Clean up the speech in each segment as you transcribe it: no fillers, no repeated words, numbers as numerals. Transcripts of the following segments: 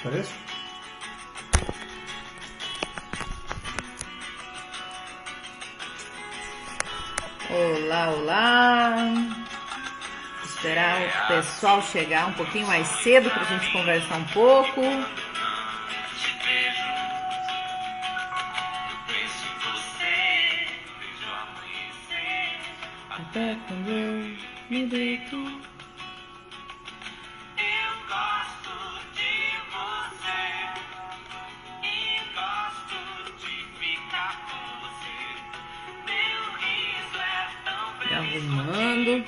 Parece? Olá, olá. Esperar o pessoal chegar um pouquinho mais cedo pra gente conversar um pouco. Até quando eu me deito. Arrumando.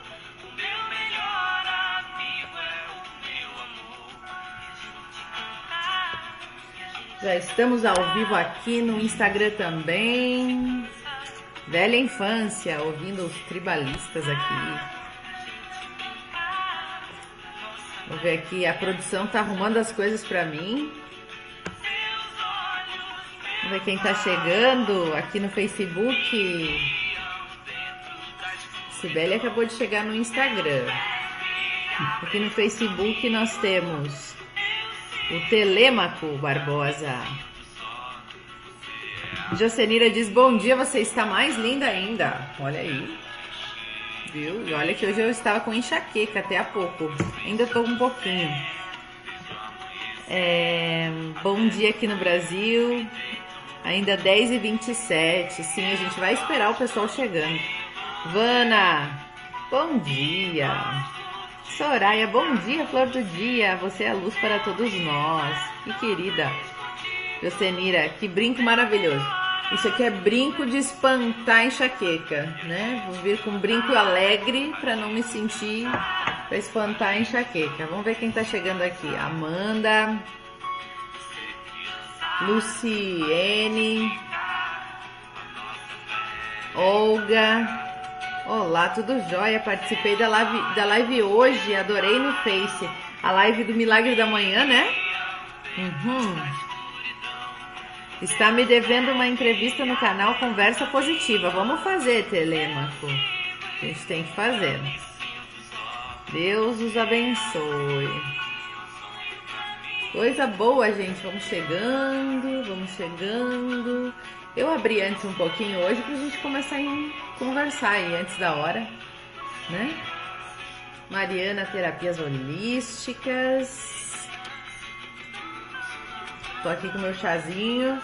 Já estamos ao vivo aqui no Instagram também. Velha infância, ouvindo os tribalistas aqui. Vou ver aqui, a produção tá arrumando as coisas pra mim. Vamos ver quem tá chegando aqui no Facebook. Sibeli acabou de chegar no Instagram. Aqui no Facebook nós temos o Telêmaco Barbosa. Jocenira diz, bom dia, você está mais linda ainda. Olha aí. Viu? E olha que hoje eu estava com enxaqueca até há pouco. Ainda estou um pouquinho. Bom dia aqui no Brasil. Ainda 10h27. Sim, a gente vai esperar o pessoal chegando. Vana, bom dia. Soraya, bom dia, flor do dia. Você é a luz para todos nós. Que querida. Jocenira, que brinco maravilhoso. Isso aqui é brinco de espantar enxaqueca, né? Vou vir com brinco alegre para não me sentir, para espantar a enxaqueca. Vamos ver quem tá chegando aqui. Amanda, Luciene, Olga. Olá, tudo jóia? Participei da live hoje, adorei no Face. A live do Milagre da Manhã, né? Está me devendo uma entrevista no canal Conversa Positiva. Vamos fazer, Telêmaco. A gente tem que fazer. Deus os abençoe. Coisa boa, gente. Vamos chegando, vamos chegando. Eu abri antes um pouquinho hoje pra gente começar a conversar aí antes da hora, né? Mariana, terapias holísticas. Tô aqui com meu chazinho.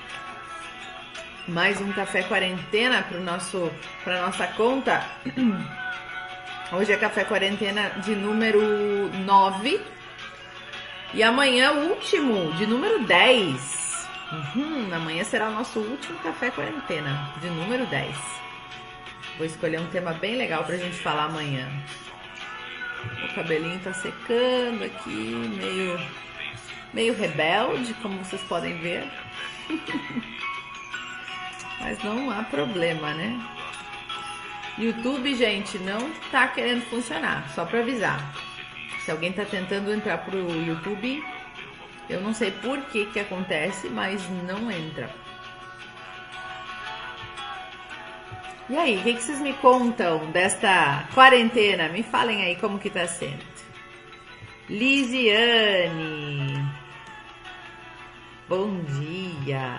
Mais um café quarentena pra nossa conta. Hoje é café quarentena de número 9. E amanhã o último, de número 10. Amanhã será o nosso último café quarentena, de número 10. Vou escolher um tema bem legal pra gente falar amanhã. O cabelinho tá secando aqui, meio rebelde, como vocês podem ver. Mas não há problema, né? YouTube, gente, não tá querendo funcionar, só pra avisar. Se alguém tá tentando entrar pro YouTube, eu não sei por que acontece, mas não entra. E aí, o que vocês me contam desta quarentena? Me falem aí como que tá sendo. Lisiane, bom dia.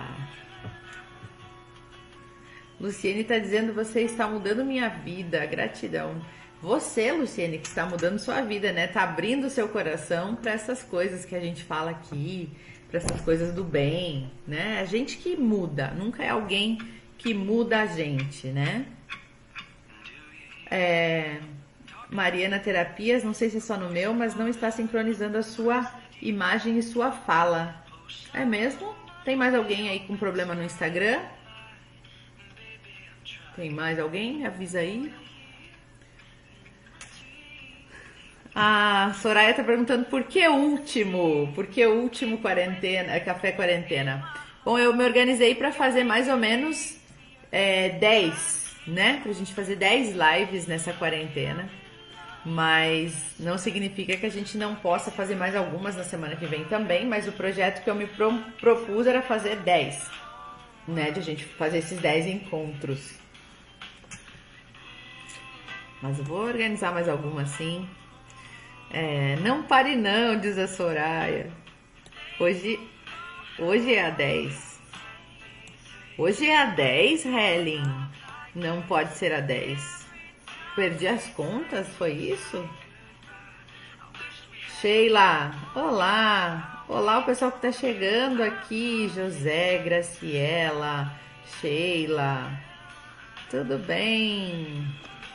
Luciene tá dizendo, você está mudando minha vida, gratidão. Você, Luciene, que está mudando sua vida, né? Tá abrindo seu coração para essas coisas que a gente fala aqui, para essas coisas do bem, né? A gente que muda, nunca é alguém que muda a gente, né? Mariana Terapias, não sei se é só no meu, mas não está sincronizando a sua imagem e sua fala. É mesmo? Tem mais alguém aí com problema no Instagram? Tem mais alguém? Avisa aí. A Soraya tá perguntando por que último? Por que o último café quarentena? Bom, eu me organizei para fazer mais ou menos 10, né? Pra gente fazer 10 lives nessa quarentena. Mas não significa que a gente não possa fazer mais algumas na semana que vem também. Mas o projeto que eu me propus era fazer 10, né? De a gente fazer esses 10 encontros. Mas eu vou organizar mais alguma sim. Não pare não, diz a Soraya. Hoje, hoje é a 10. Hoje é a 10, Helen? Não pode ser a 10. Perdi as contas, foi isso? Sheila, olá! Olá, o pessoal que tá chegando aqui. José, Graciela, Sheila. Tudo bem?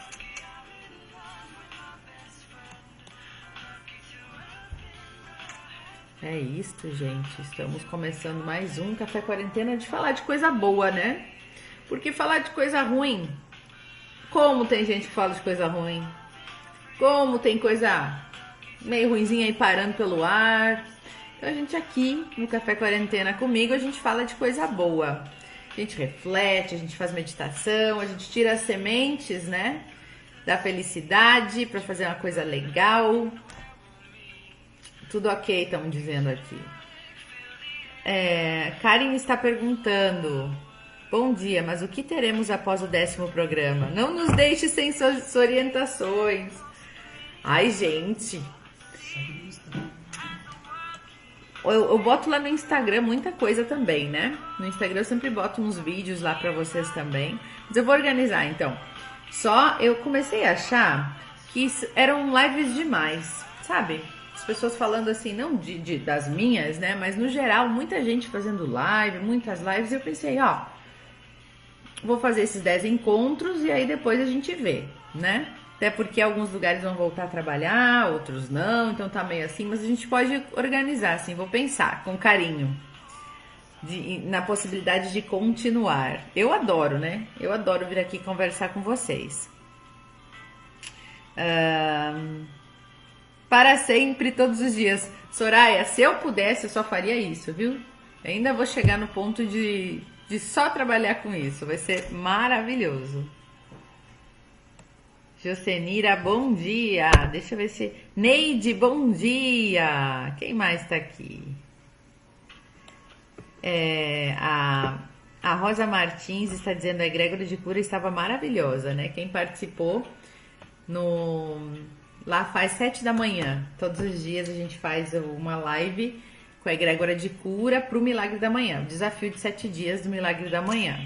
É isto, gente. Estamos começando mais um Café Quarentena de falar de coisa boa, né? Porque falar de coisa ruim, como tem gente que fala de coisa ruim, como tem coisa meio ruinzinha aí parando pelo ar. Então a gente aqui no Café Quarentena comigo, a gente fala de coisa boa. A gente reflete, a gente faz meditação, a gente tira as sementes, né, da felicidade para fazer uma coisa legal. Tudo ok, estão dizendo aqui. Karen está perguntando: bom dia, mas o que teremos após o 10º programa? Não nos deixe sem suas orientações. Ai, gente. Eu boto lá no Instagram muita coisa também, né? No Instagram eu sempre boto uns vídeos lá pra vocês também. Mas eu vou organizar, então. Só eu comecei a achar que eram lives demais, sabe? As pessoas falando assim, não das minhas, né? Mas no geral, muita gente fazendo live, muitas lives. E eu pensei, ó, vou fazer esses 10 encontros e aí depois a gente vê, né? Até porque alguns lugares vão voltar a trabalhar, outros não, então tá meio assim. Mas a gente pode organizar, assim, vou pensar com carinho na possibilidade de continuar. Eu adoro, né? Eu adoro vir aqui conversar com vocês. Para sempre, todos os dias. Soraya, se eu pudesse, eu só faria isso, viu? Ainda vou chegar no ponto de só trabalhar com isso. Vai ser maravilhoso. Jocenira, bom dia. Deixa eu ver se... Neide, bom dia. Quem mais tá aqui? A Rosa Martins está dizendo: a egrégora de cura estava maravilhosa, né? Quem participou lá faz 7 da manhã. Todos os dias a gente faz uma live com a egrégora de cura para o Milagre da Manhã. O desafio de 7 dias do Milagre da Manhã.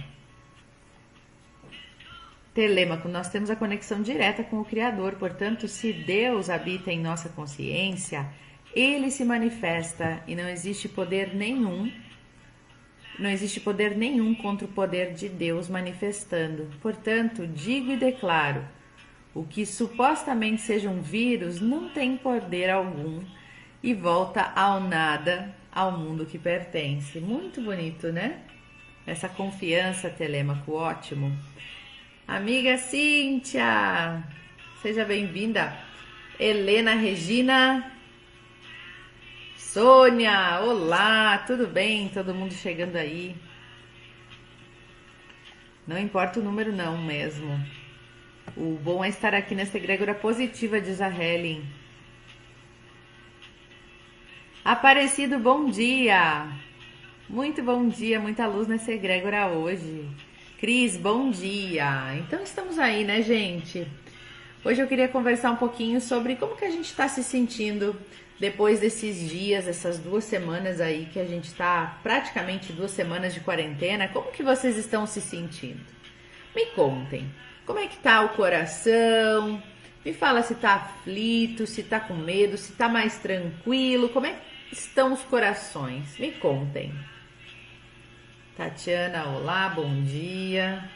Telêmaco, nós temos a conexão direta com o Criador. Portanto, se Deus habita em nossa consciência, Ele se manifesta e não existe poder nenhum. Não existe poder nenhum contra o poder de Deus manifestando. Portanto, digo e declaro: o que supostamente seja um vírus não tem poder algum e volta ao nada, ao mundo que pertence. Muito bonito, né? Essa confiança, Telêmaco, ótimo. Amiga Cíntia, seja bem-vinda. Helena Regina, Sônia, olá, tudo bem? Todo mundo chegando aí. Não importa o número não mesmo. O bom é estar aqui nessa egrégora positiva, diz a Helen. Aparecido, bom dia. Muito bom dia, muita luz nessa egrégora hoje. Cris, bom dia. Então estamos aí, né, gente? Hoje eu queria conversar um pouquinho sobre como que a gente está se sentindo depois desses dias, essas 2 semanas aí que a gente está praticamente 2 semanas de quarentena. Como que vocês estão se sentindo? Me contem. Como é que tá o coração? Me fala se tá aflito, se tá com medo, se tá mais tranquilo. Como é que estão os corações? Me contem. Tatiana, olá, bom dia.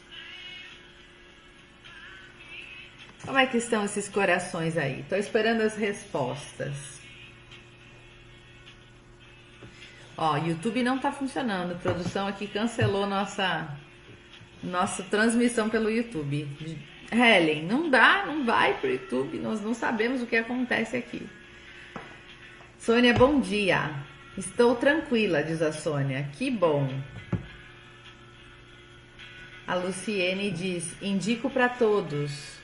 Como é que estão esses corações aí? Tô esperando as respostas. Ó, YouTube não tá funcionando. A produção aqui cancelou nossa transmissão pelo YouTube. Helen, não dá, não vai pro YouTube. Nós não sabemos o que acontece aqui. Sônia, bom dia. Estou tranquila, diz a Sônia. Que bom. A Luciene diz: indico para todos.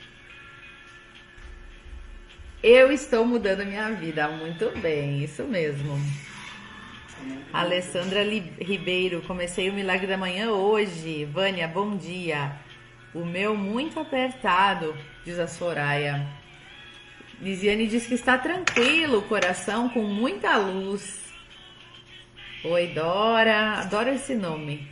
Eu estou mudando a minha vida. Muito bem, isso mesmo. Alessandra Ribeiro, comecei o Milagre da Manhã hoje. Vânia, bom dia. O meu muito apertado, diz a Soraya. Lisiane diz que está tranquilo, o coração com muita luz. Oi, Dora. Adoro esse nome.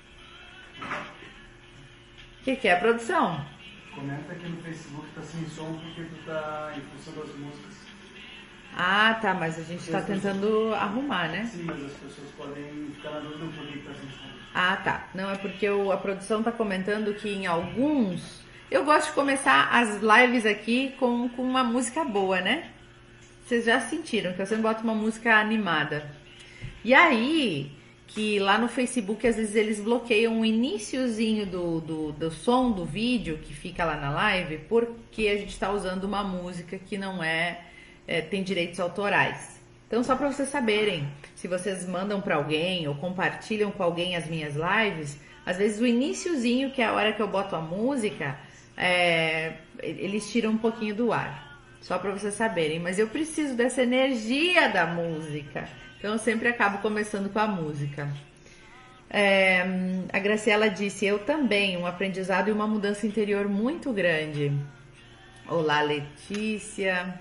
O que é, produção? Comenta aqui no Facebook que tá sem som porque tu tá em função das músicas. Ah, tá, mas a gente tá tentando arrumar, né? Sim, mas as pessoas podem ficar na dúvida por que tá sem som. Ah, tá. Não, é porque a produção tá comentando que em alguns... Eu gosto de começar as lives aqui com uma música boa, né? Vocês já sentiram que eu sempre boto uma música animada. E aí, que lá no Facebook, às vezes eles bloqueiam o iniciozinho do som do vídeo que fica lá na live, porque a gente tá usando uma música que não tem direitos autorais. Então, só para vocês saberem, se vocês mandam para alguém ou compartilham com alguém as minhas lives, às vezes o iniciozinho, que é a hora que eu boto a música, eles tiram um pouquinho do ar. Só para vocês saberem. Mas eu preciso dessa energia da música. Então, eu sempre acabo começando com a música. A Graciela disse, eu também, um aprendizado e uma mudança interior muito grande. Olá, Letícia.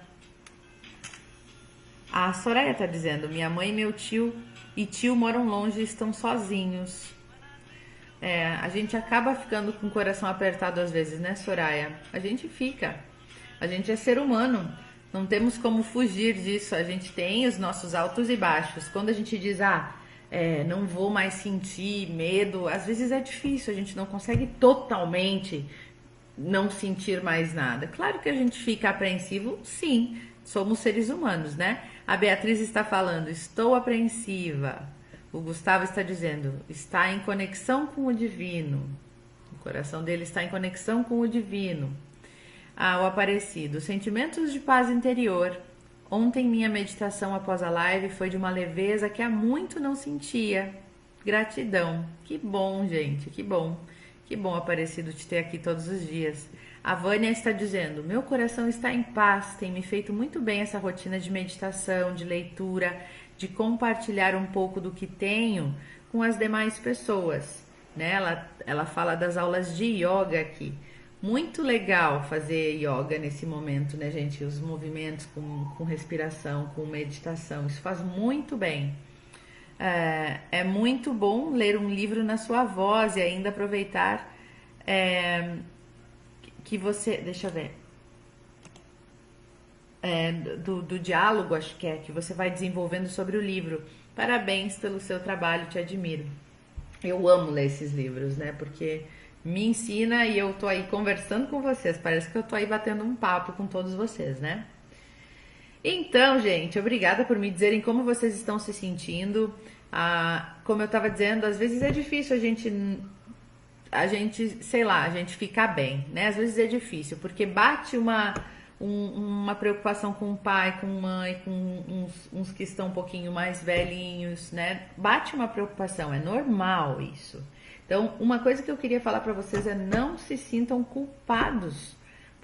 A Soraya tá dizendo, minha mãe e meu tio moram longe e estão sozinhos. A gente acaba ficando com o coração apertado às vezes, né, Soraya? A gente fica. A gente é ser humano. Não temos como fugir disso. A gente tem os nossos altos e baixos. Quando a gente diz, não vou mais sentir medo, às vezes é difícil. A gente não consegue totalmente não sentir mais nada. Claro que a gente fica apreensivo, sim. Somos seres humanos, né? A Beatriz está falando, estou apreensiva. O Gustavo está dizendo, está em conexão com o divino. O coração dele está em conexão com o divino. O Aparecido, sentimentos de paz interior. Ontem minha meditação após a live foi de uma leveza que há muito não sentia. Gratidão. Que bom, gente, que bom. Que bom, Aparecido, te ter aqui todos os dias. A Vânia está dizendo, meu coração está em paz, tem me feito muito bem essa rotina de meditação, de leitura, de compartilhar um pouco do que tenho com as demais pessoas. Né? Ela fala das aulas de yoga aqui. Muito legal fazer yoga nesse momento, né, gente? Os movimentos com respiração, com meditação, isso faz muito bem. É muito bom ler um livro na sua voz e ainda aproveitar que você... Deixa eu ver. Do diálogo, acho que você vai desenvolvendo sobre o livro. Parabéns pelo seu trabalho, te admiro. Eu amo ler esses livros, né? Porque me ensina e eu tô aí conversando com vocês. Parece que eu tô aí batendo um papo com todos vocês, né? Então, gente, obrigada por me dizerem como vocês estão se sentindo. Como eu tava dizendo, às vezes é difícil a gente, sei lá, a gente ficar bem, né? Às vezes é difícil, porque bate uma preocupação com o pai, com mãe, com uns que estão um pouquinho mais velhinhos, né? Bate uma preocupação, é normal isso. Então, uma coisa que eu queria falar para vocês é não se sintam culpados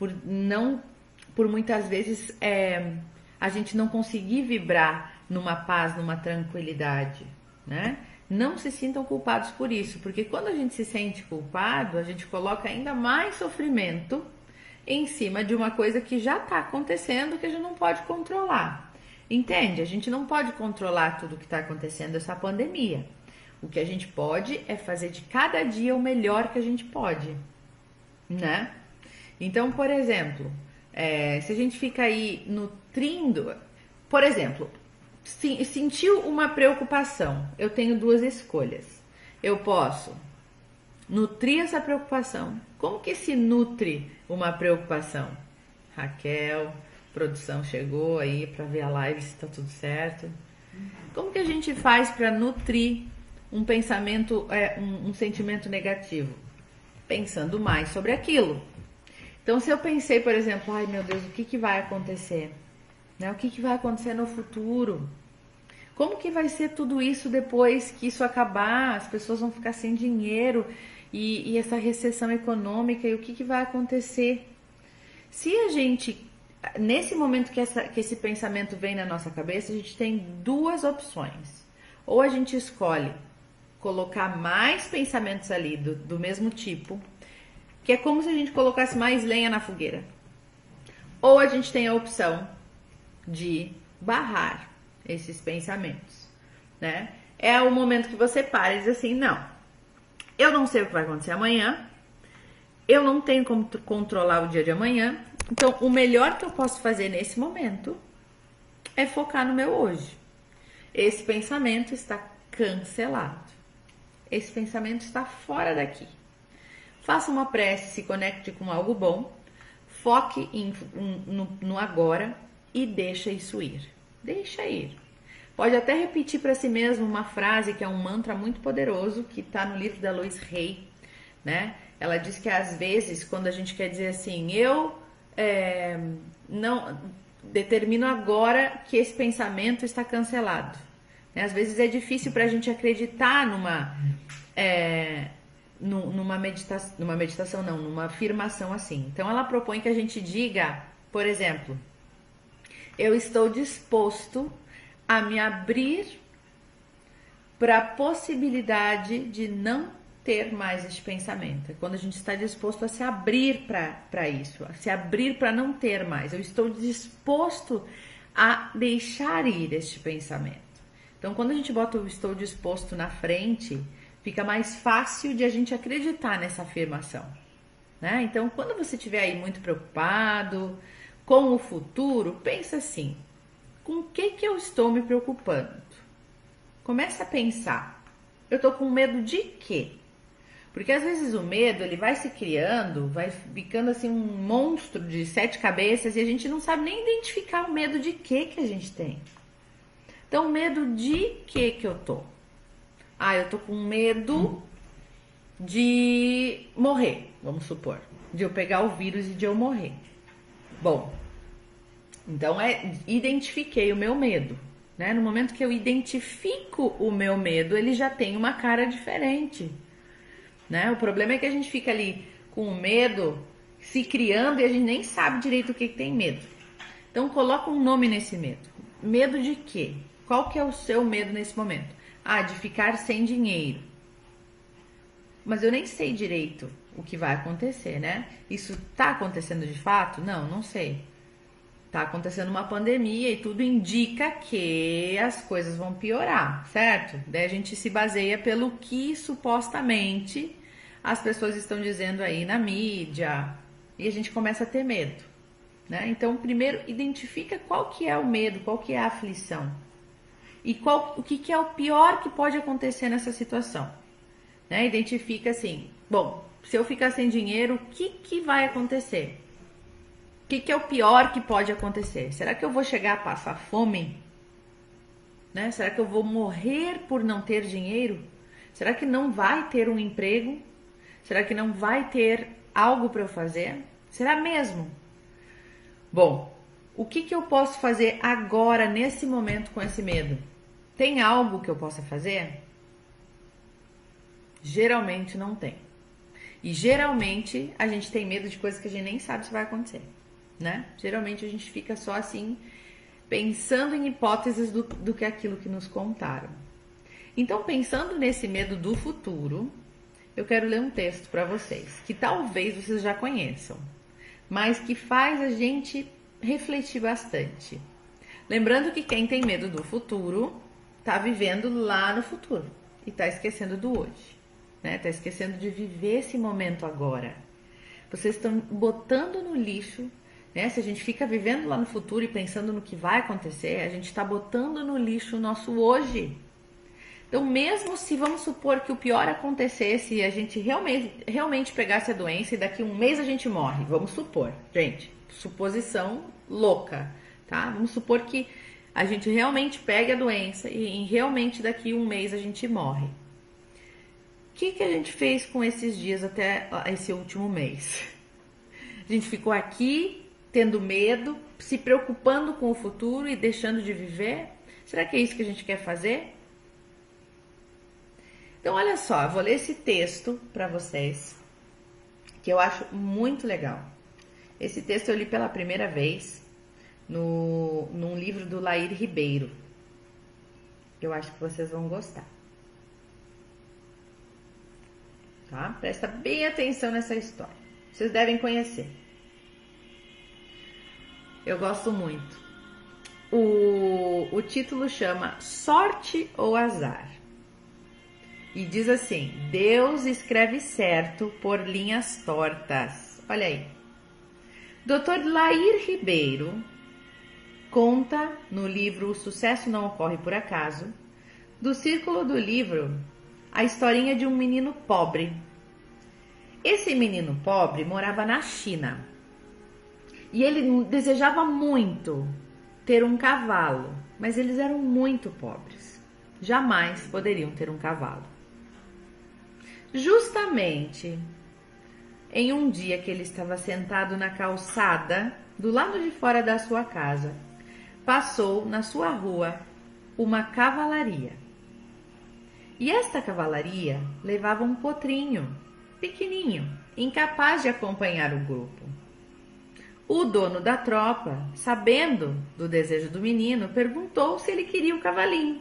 por muitas vezes a gente não conseguir vibrar numa paz, numa tranquilidade, né? Não se sintam culpados por isso, porque quando a gente se sente culpado, a gente coloca ainda mais sofrimento em cima de uma coisa que já está acontecendo, que a gente não pode controlar. Entende? A gente não pode controlar tudo que está acontecendo, essa pandemia. O que a gente pode é fazer de cada dia o melhor que a gente pode, né? Então, por exemplo, se a gente fica aí nutrindo... Por exemplo, sentiu uma preocupação, eu tenho duas escolhas. Eu posso nutrir essa preocupação. Como que se nutre uma preocupação? Raquel, produção chegou aí para ver a live se tá tudo certo. Como que a gente faz para nutrir um pensamento, um sentimento negativo? Pensando mais sobre aquilo. Então, se eu pensei, por exemplo, ai meu Deus, o que vai acontecer? Né? O que vai acontecer no futuro? Como que vai ser tudo isso depois que isso acabar? As pessoas vão ficar sem dinheiro e essa recessão econômica, e o que vai acontecer? Se a gente, nesse momento que esse pensamento vem na nossa cabeça, a gente tem duas opções. Ou a gente escolhe colocar mais pensamentos ali do mesmo tipo, que é como se a gente colocasse mais lenha na fogueira. Ou a gente tem a opção de barrar esses pensamentos, né? é o momento que você para e diz assim, não, eu não sei o que vai acontecer amanhã, eu não tenho como controlar o dia de amanhã, então o melhor que eu posso fazer nesse momento é focar no meu hoje. Esse pensamento está cancelado. Esse pensamento está fora daqui. Faça uma prece, se conecte com algo bom, foque no agora e deixa isso ir. Deixa ir. Pode até repetir para si mesmo uma frase que é um mantra muito poderoso que está no livro da Lois Hay, né? Ela diz que às vezes, quando a gente quer dizer assim, eu não determino agora que esse pensamento está cancelado. Né? Às vezes é difícil para a gente acreditar numa meditação não, numa afirmação assim. Então ela propõe que a gente diga, por exemplo, eu estou disposto a me abrir para a possibilidade de não ter mais este pensamento. É quando a gente está disposto a se abrir para isso, a se abrir para não ter mais. Eu estou disposto a deixar ir este pensamento. Então, quando a gente bota o estou disposto na frente, fica mais fácil de a gente acreditar nessa afirmação, né? Então, quando você estiver aí muito preocupado com o futuro, pensa assim, com o que eu estou me preocupando? Começa a pensar, eu estou com medo de quê? Porque às vezes o medo, ele vai se criando, vai ficando assim um monstro de 7 cabeças e a gente não sabe nem identificar o medo de quê que a gente tem. Então, medo de quê que eu tô? Ah, eu tô com medo de morrer, vamos supor. De eu pegar o vírus e de eu morrer. Bom, então identifiquei o meu medo, né? No momento que eu identifico o meu medo, ele já tem uma cara diferente, né? O problema é que a gente fica ali com o medo se criando e a gente nem sabe direito o que tem medo. Então, coloca um nome nesse medo. Medo de quê? Qual que é o seu medo nesse momento? Ah, de ficar sem dinheiro. Mas eu nem sei direito o que vai acontecer, né? Isso tá acontecendo de fato? Não sei. Tá acontecendo uma pandemia e tudo indica que as coisas vão piorar, certo? Daí a gente se baseia pelo que supostamente as pessoas estão dizendo aí na mídia e a gente começa a ter medo, né? Então, primeiro, identifica qual que é o medo, qual que é a aflição e o que é o pior que pode acontecer nessa situação, né? Identifica assim, bom, se eu ficar sem dinheiro, o que vai acontecer? O que é o pior que pode acontecer? Será que eu vou chegar a passar fome? Né? Será que eu vou morrer por não ter dinheiro? Será que não vai ter um emprego? Será que não vai ter algo para eu fazer? Será mesmo? Bom, o que eu posso fazer agora, nesse momento, com esse medo? Tem algo que eu possa fazer? Geralmente não tem. E geralmente a gente tem medo de coisas que a gente nem sabe se vai acontecer, né? Geralmente a gente fica só assim, pensando em hipóteses do que aquilo que nos contaram. Então, pensando nesse medo do futuro, eu quero ler um texto para vocês, que talvez vocês já conheçam, mas que faz a gente refletir bastante. Lembrando que quem tem medo do futuro está vivendo lá no futuro e está esquecendo do hoje, né? Está esquecendo de viver esse momento agora. Vocês estão botando no lixo, né? Se a gente fica vivendo lá no futuro e pensando no que vai acontecer, a gente está botando no lixo o nosso hoje. Então, mesmo se vamos supor que o pior acontecesse e a gente realmente pegasse a doença e daqui a um mês a gente morre, vamos supor, gente, suposição louca, tá? Vamos supor que a gente realmente pegue a doença e realmente daqui a um mês a gente morre. O que a gente fez com esses dias até esse último mês? A gente ficou aqui tendo medo, se preocupando com o futuro e deixando de viver? Será que é isso que a gente quer fazer? Então, olha só, eu vou ler esse texto para vocês, que eu acho muito legal. Esse texto eu li pela primeira vez num livro do Lair Ribeiro. Eu acho que vocês vão gostar. Tá? Presta bem atenção nessa história. Vocês devem conhecer. Eu gosto muito. O título chama Sorte ou Azar? E diz assim: Deus escreve certo por linhas tortas. Olha aí. Dr. Lair Ribeiro conta no livro O Sucesso Não Ocorre por Acaso, do círculo do livro, a historinha de um menino pobre. Esse menino pobre morava na China e ele desejava muito ter um cavalo, mas eles eram muito pobres. Jamais poderiam ter um cavalo. Justamente em um dia que ele estava sentado na calçada do lado de fora da sua casa, passou na sua rua uma cavalaria. E esta cavalaria levava um potrinho pequenininho, incapaz de acompanhar o grupo. O dono da tropa, sabendo do desejo do menino, perguntou se ele queria o cavalinho.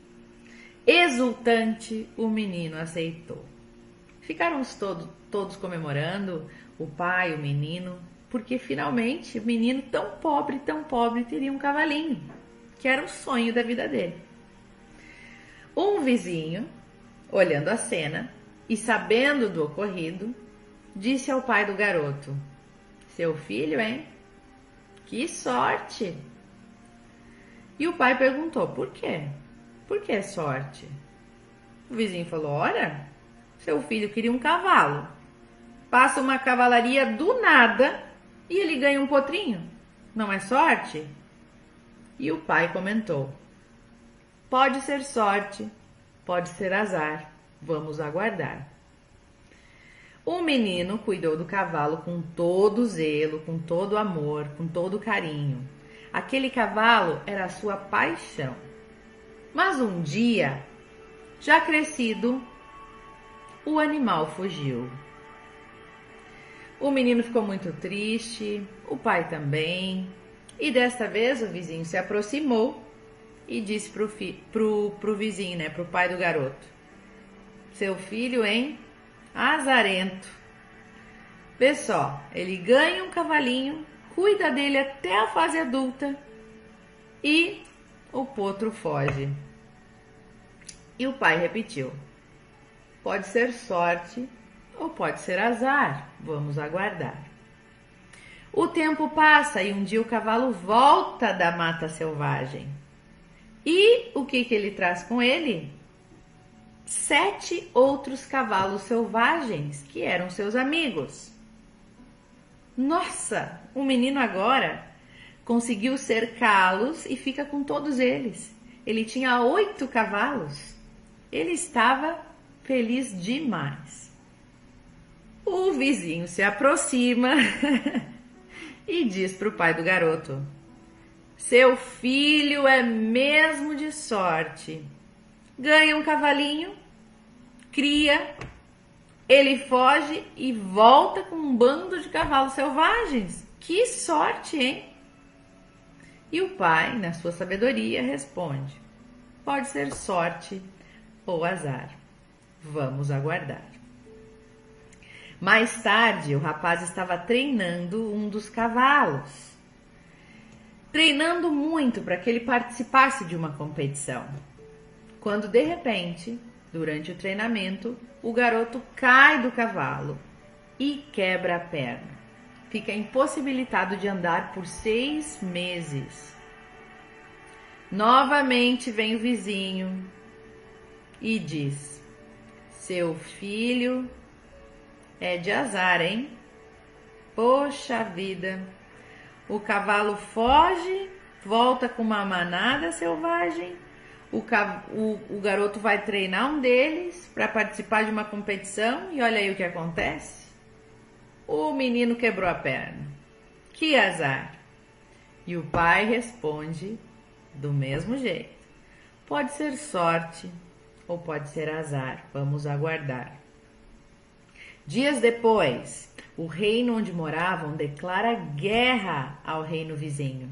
Exultante, o menino aceitou. Ficaram todos comemorando, o pai, o menino, porque finalmente o menino tão pobre, teria um cavalinho, que era o sonho da vida dele. Um vizinho, olhando a cena e sabendo do ocorrido, disse ao pai do garoto: Seu filho, hein? Que sorte! E o pai perguntou: Por quê? Por que sorte? O vizinho falou: Ora, seu filho queria um cavalo. Passa uma cavalaria do nada e ele ganha um potrinho. Não é sorte? E o pai comentou: Pode ser sorte, pode ser azar. Vamos aguardar. O menino cuidou do cavalo com todo zelo, com todo amor, com todo carinho. Aquele cavalo era a sua paixão. Mas um dia, já crescido, o animal fugiu. O menino ficou muito triste, o pai também, e desta vez o vizinho se aproximou e disse pro vizinho, pro pai do garoto: Seu filho, hein? Azarento. Vê só, ele ganha um cavalinho, cuida dele até a fase adulta e o potro foge. E o pai repetiu: Pode ser sorte ou pode ser azar. Vamos aguardar. O tempo passa e um dia o cavalo volta da mata selvagem. E o que ele traz com ele? 7 outros cavalos selvagens que eram seus amigos. Nossa, o menino agora conseguiu cercá-los e fica com todos eles. Ele tinha 8 cavalos. Ele estava feliz demais. O vizinho se aproxima e diz para o pai do garoto: Seu filho é mesmo de sorte. Ganha um cavalinho, cria, ele foge e volta com um bando de cavalos selvagens. Que sorte, hein? E o pai, na sua sabedoria, responde: Pode ser sorte ou azar. Vamos aguardar. Mais tarde, o rapaz estava treinando um dos cavalos. Treinando muito para que ele participasse de uma competição. Quando, de repente, durante o treinamento, o garoto cai do cavalo e quebra a perna. Fica impossibilitado de andar por 6 meses. Novamente vem o vizinho e diz: Seu filho é de azar, hein? Poxa vida! O cavalo foge, volta com uma manada selvagem. O garoto vai treinar um deles para participar de uma competição e olha aí o que acontece. O menino quebrou a perna. Que azar! E o pai responde do mesmo jeito: Pode ser sorte ou pode ser azar. Vamos aguardar. Dias depois, o reino onde moravam declara guerra ao reino vizinho.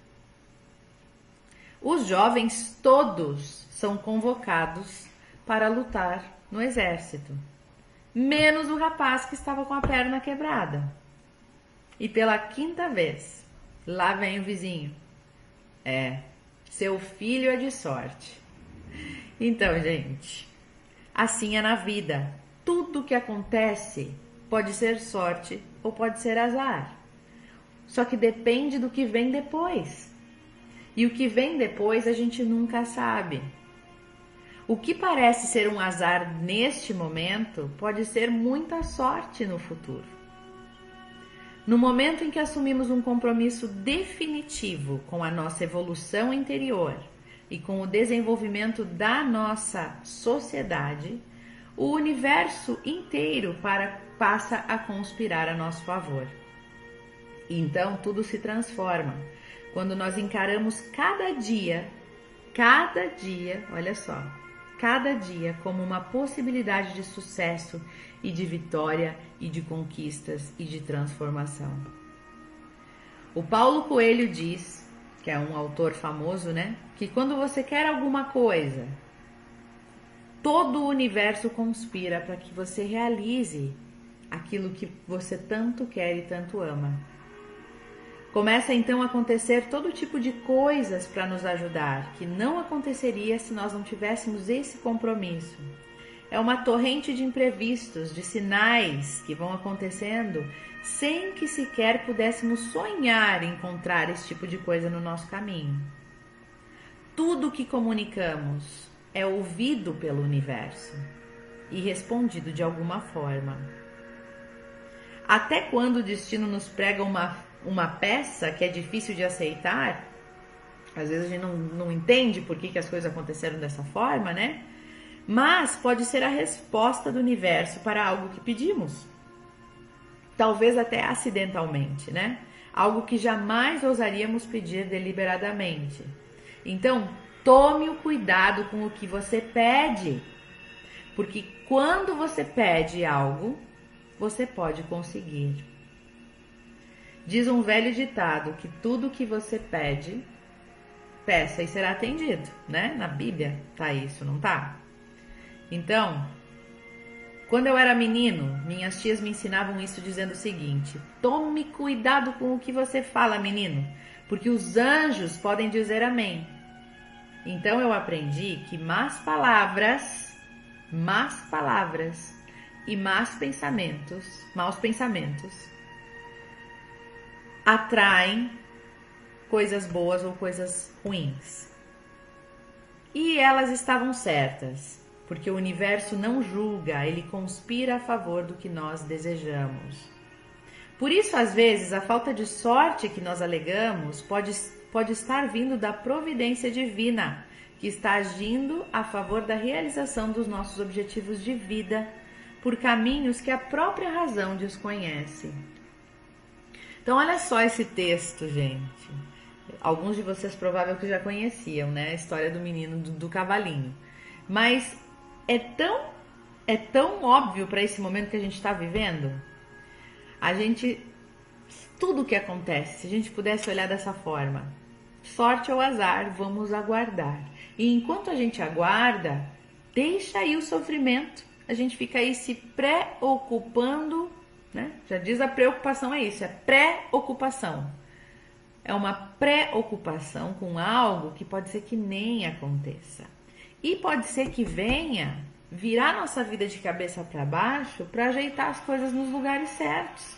Os jovens todos são convocados para lutar no exército, menos o rapaz que estava com a perna quebrada. E pela 5ª vez, lá vem o vizinho: Seu filho é de sorte. Então, gente, Assim é na vida. Tudo que acontece pode ser sorte ou pode ser azar. Só que depende do que vem depois. E o que vem depois a gente nunca sabe. O que parece ser um azar neste momento pode ser muita sorte no futuro. No momento em que assumimos um compromisso definitivo com a nossa evolução interior e com o desenvolvimento da nossa sociedade, o universo inteiro passa a conspirar a nosso favor. E então tudo se transforma quando nós encaramos cada dia, olha só, cada dia como uma possibilidade de sucesso e de vitória e de conquistas e de transformação. O Paulo Coelho diz, que é um autor famoso, né, que quando você quer alguma coisa, todo o universo conspira para que você realize aquilo que você tanto quer e tanto ama. Começa então a acontecer todo tipo de coisas para nos ajudar, que não aconteceria se nós não tivéssemos esse compromisso. É uma torrente de imprevistos, de sinais que vão acontecendo sem que sequer pudéssemos sonhar em encontrar esse tipo de coisa no nosso caminho. Tudo que comunicamos é ouvido pelo universo e respondido de alguma forma. Até quando o destino nos prega uma peça que é difícil de aceitar, às vezes a gente não entende por que as coisas aconteceram dessa forma, né? Mas pode ser a resposta do universo para algo que pedimos. Talvez até acidentalmente, né? Algo que jamais ousaríamos pedir deliberadamente. Então, tome o cuidado com o que você pede. Porque quando você pede algo, você pode conseguir. Diz um velho ditado que tudo que você pede, peça e será atendido, né? Na Bíblia tá isso, não tá? Então, quando eu era menino, minhas tias me ensinavam isso dizendo o seguinte: tome cuidado com o que você fala, menino, porque os anjos podem dizer amém. Então eu aprendi que más palavras e maus pensamentos atraem coisas boas ou coisas ruins. E elas estavam certas, porque o universo não julga, ele conspira a favor do que nós desejamos. Por isso, às vezes, a falta de sorte que nós alegamos pode estar vindo da providência divina, que está agindo a favor da realização dos nossos objetivos de vida por caminhos que a própria razão desconhece. Então, olha só esse texto, gente. Alguns de vocês provavelmente já conheciam, né? A história do menino do cavalinho. Mas é tão óbvio para esse momento que a gente está vivendo. Tudo que acontece, se a gente pudesse olhar dessa forma, sorte ou azar, vamos aguardar. E enquanto a gente aguarda, deixa aí o sofrimento. A gente fica aí se preocupando, né? Já diz a preocupação é isso, é preocupação. É uma preocupação com algo que pode ser que nem aconteça. E pode ser que venha virar nossa vida de cabeça para baixo para ajeitar as coisas nos lugares certos.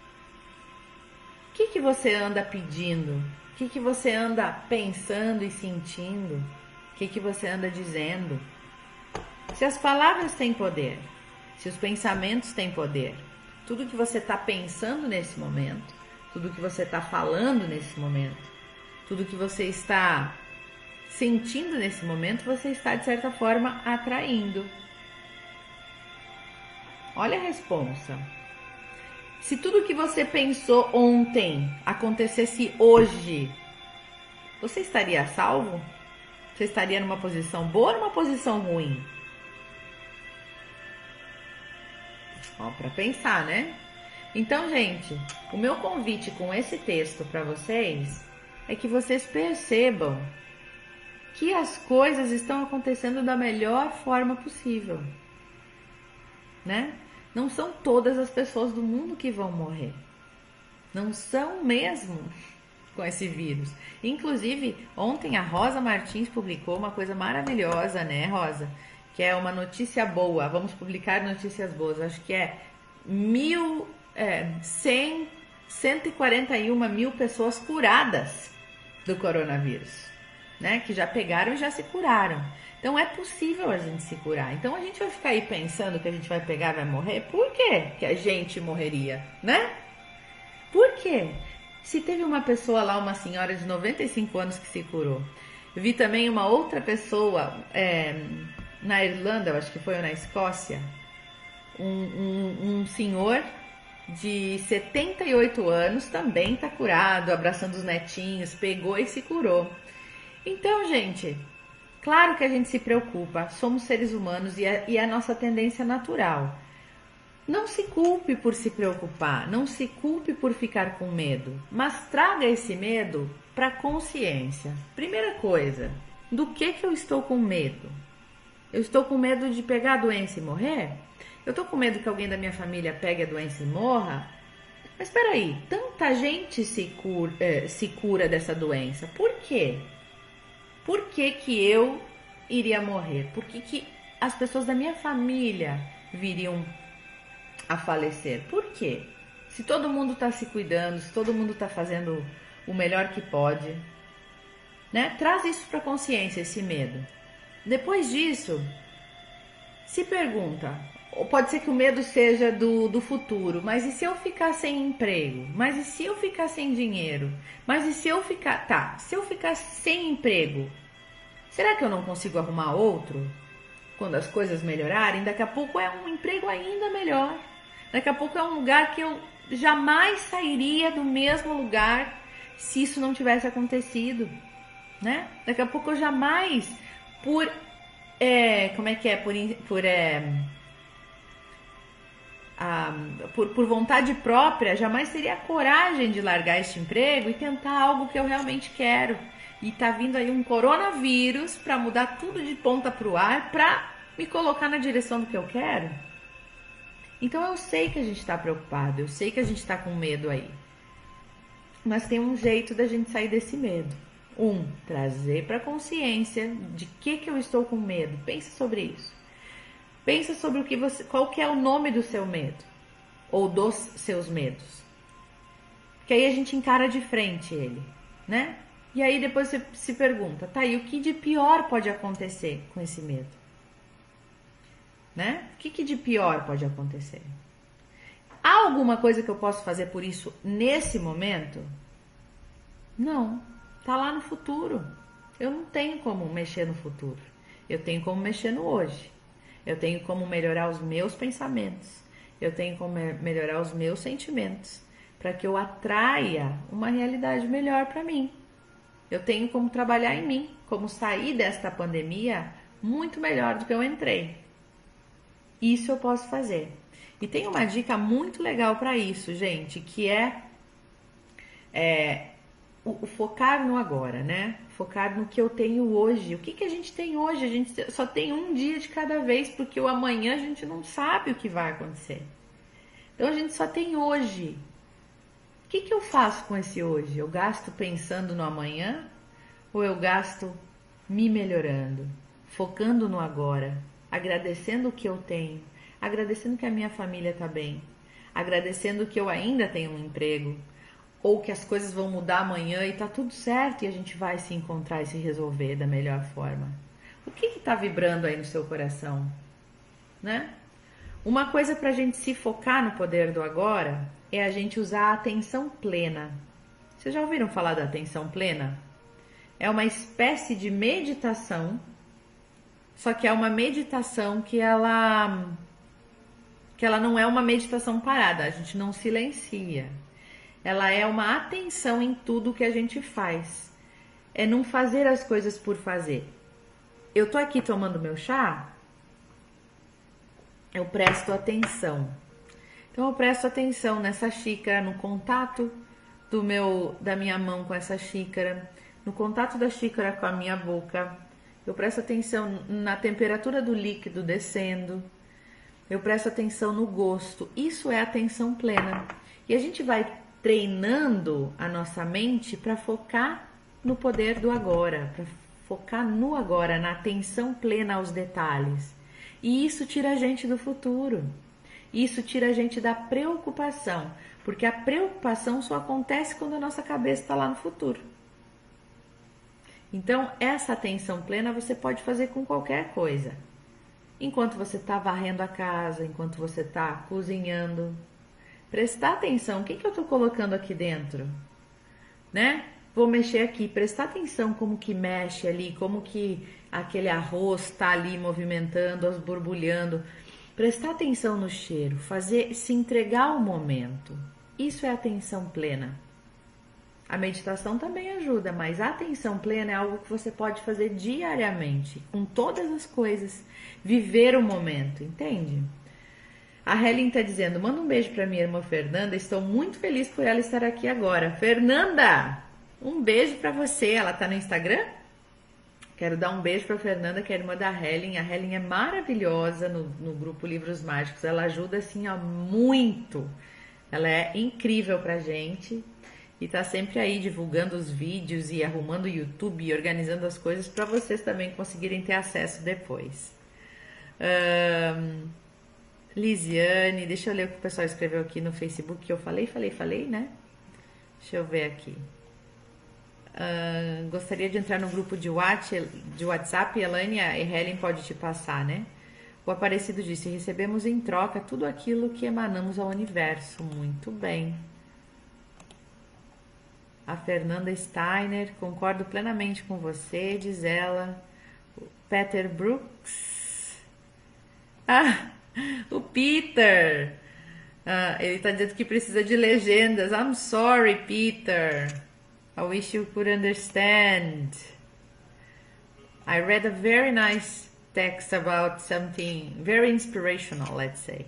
O que você anda pedindo? O que você anda pensando e sentindo? O que você anda dizendo? Se as palavras têm poder, se os pensamentos têm poder, tudo que você está pensando nesse momento, tudo que você está falando nesse momento, tudo que você está sentindo nesse momento, você está, de certa forma, atraindo. Olha a responsa. Se tudo que você pensou ontem acontecesse hoje, você estaria salvo? Você estaria numa posição boa ou numa posição ruim? Ó, para pensar, né? Então, gente, o meu convite com esse texto para vocês é que vocês percebam que as coisas estão acontecendo da melhor forma possível, né? Não são todas as pessoas do mundo que vão morrer. Não são mesmo com esse vírus. Inclusive, ontem a Rosa Martins publicou uma coisa maravilhosa, né, Rosa? que é uma notícia boa. Vamos publicar notícias boas. Acho que é 141 mil pessoas curadas do coronavírus, né? Que já pegaram e já se curaram. Então é possível a gente se curar. Então a gente vai ficar aí pensando que a gente vai pegar e vai morrer. Por quê que a gente morreria, né? Por quê? Se teve uma pessoa lá, uma senhora de 95 anos que se curou. Eu vi também uma outra pessoa na Irlanda, eu acho que foi, ou na Escócia, um senhor de 78 anos também tá curado, abraçando os netinhos, pegou e se curou. Então, gente, claro que a gente se preocupa, somos seres humanos e é a nossa tendência natural. Não se culpe por se preocupar, não se culpe por ficar com medo, mas traga esse medo para a consciência. Primeira coisa, do que eu estou com medo? Eu estou com medo de pegar a doença e morrer? Eu estou com medo que alguém da minha família pegue a doença e morra? Mas espera aí, tanta gente se cura dessa doença, por quê? Por que que eu iria morrer? Por que as pessoas da minha família viriam a falecer? Por quê? Se todo mundo está se cuidando, se todo mundo está fazendo o melhor que pode, né? Traz isso para a consciência, esse medo. Depois disso, se pergunta, ou pode ser que o medo seja do futuro, mas e se eu ficar sem emprego? Mas e se eu ficar sem dinheiro? Mas e se eu ficar... se eu ficar sem emprego, será que eu não consigo arrumar outro? Quando as coisas melhorarem, daqui a pouco é um emprego ainda melhor. Daqui a pouco é um lugar que eu jamais sairia do mesmo lugar se isso não tivesse acontecido, né? Daqui a pouco eu jamais, por vontade própria, jamais teria a coragem de largar este emprego e tentar algo que eu realmente quero. E tá vindo aí um coronavírus para mudar tudo de ponta pro ar, para me colocar na direção do que eu quero. Então eu sei que a gente está preocupado, eu sei que a gente está com medo aí. Mas tem um jeito da gente sair desse medo. Trazer para a consciência de que eu estou com medo. Pensa sobre isso. Pensa sobre qual que é o nome do seu medo ou dos seus medos. Que aí a gente encara de frente ele, né? E aí depois você se pergunta, tá, e o que de pior pode acontecer com esse medo? Né? O que de pior pode acontecer? Há alguma coisa que eu posso fazer por isso nesse momento? Não. Tá lá no futuro. Eu não tenho como mexer no futuro. Eu tenho como mexer no hoje. Eu tenho como melhorar os meus pensamentos. Eu tenho como melhorar os meus sentimentos, para que eu atraia uma realidade melhor para mim. Eu tenho como trabalhar em mim, como sair desta pandemia muito melhor do que eu entrei. Isso eu posso fazer. E tem uma dica muito legal para isso, gente, que é o focar no agora, né? Focar no que eu tenho hoje. O que a gente tem hoje? A gente só tem um dia de cada vez, porque o amanhã a gente não sabe o que vai acontecer. Então a gente só tem hoje. O que eu faço com esse hoje? Eu gasto pensando no amanhã ou eu gasto me melhorando, focando no agora, agradecendo o que eu tenho, agradecendo que a minha família está bem, agradecendo que eu ainda tenho um emprego, ou que as coisas vão mudar amanhã e tá tudo certo e a gente vai se encontrar e se resolver da melhor forma. O que está vibrando aí no seu coração, né? Uma coisa para a gente se focar no poder do agora é a gente usar a atenção plena. Vocês já ouviram falar da atenção plena? É uma espécie de meditação, só que é uma meditação que ela não é uma meditação parada, a gente não silencia. Ela é uma atenção em tudo que a gente faz. É não fazer as coisas por fazer. Eu tô aqui tomando meu chá, eu presto atenção. Então eu presto atenção nessa xícara, no contato da minha mão com essa xícara, no contato da xícara com a minha boca. Eu presto atenção na temperatura do líquido descendo. Eu presto atenção no gosto. Isso é atenção plena. E a gente vai treinando a nossa mente para focar no poder do agora, para focar no agora, na atenção plena aos detalhes. E isso tira a gente do futuro. Isso tira a gente da preocupação, porque a preocupação só acontece quando a nossa cabeça está lá no futuro. Então, essa atenção plena você pode fazer com qualquer coisa. Enquanto você está varrendo a casa, enquanto você está cozinhando. Prestar atenção, o que eu estou colocando aqui dentro? Né? Vou mexer aqui, prestar atenção como que mexe ali, como que aquele arroz está ali movimentando, borbulhando. Prestar atenção no cheiro, se entregar ao momento. Isso é atenção plena. A meditação também ajuda, mas a atenção plena é algo que você pode fazer diariamente, com todas as coisas. Viver o momento, entende? A Helen está dizendo, manda um beijo para minha irmã Fernanda, estou muito feliz por ela estar aqui agora. Fernanda, um beijo para você, ela está no Instagram? Quero dar um beijo para Fernanda, que é a irmã da Helen. A Helen é maravilhosa no grupo Livros Mágicos, ela ajuda assim ó, muito. Ela é incrível pra gente e tá sempre aí divulgando os vídeos e arrumando o YouTube e organizando as coisas para vocês também conseguirem ter acesso depois. Lisiane, deixa eu ler o que o pessoal escreveu aqui no Facebook, que eu falei, né? Deixa eu ver aqui. Gostaria de entrar no grupo de WhatsApp, Elane e Helen pode te passar, né? O Aparecido disse, recebemos em troca tudo aquilo que emanamos ao universo. Muito bem. A Fernanda Steiner, concordo plenamente com você, diz ela. O Peter Brooks. O Peter. Ele está dizendo que precisa de legendas. I'm sorry, Peter. I wish you could understand. I read a very nice text about something very inspirational, let's say.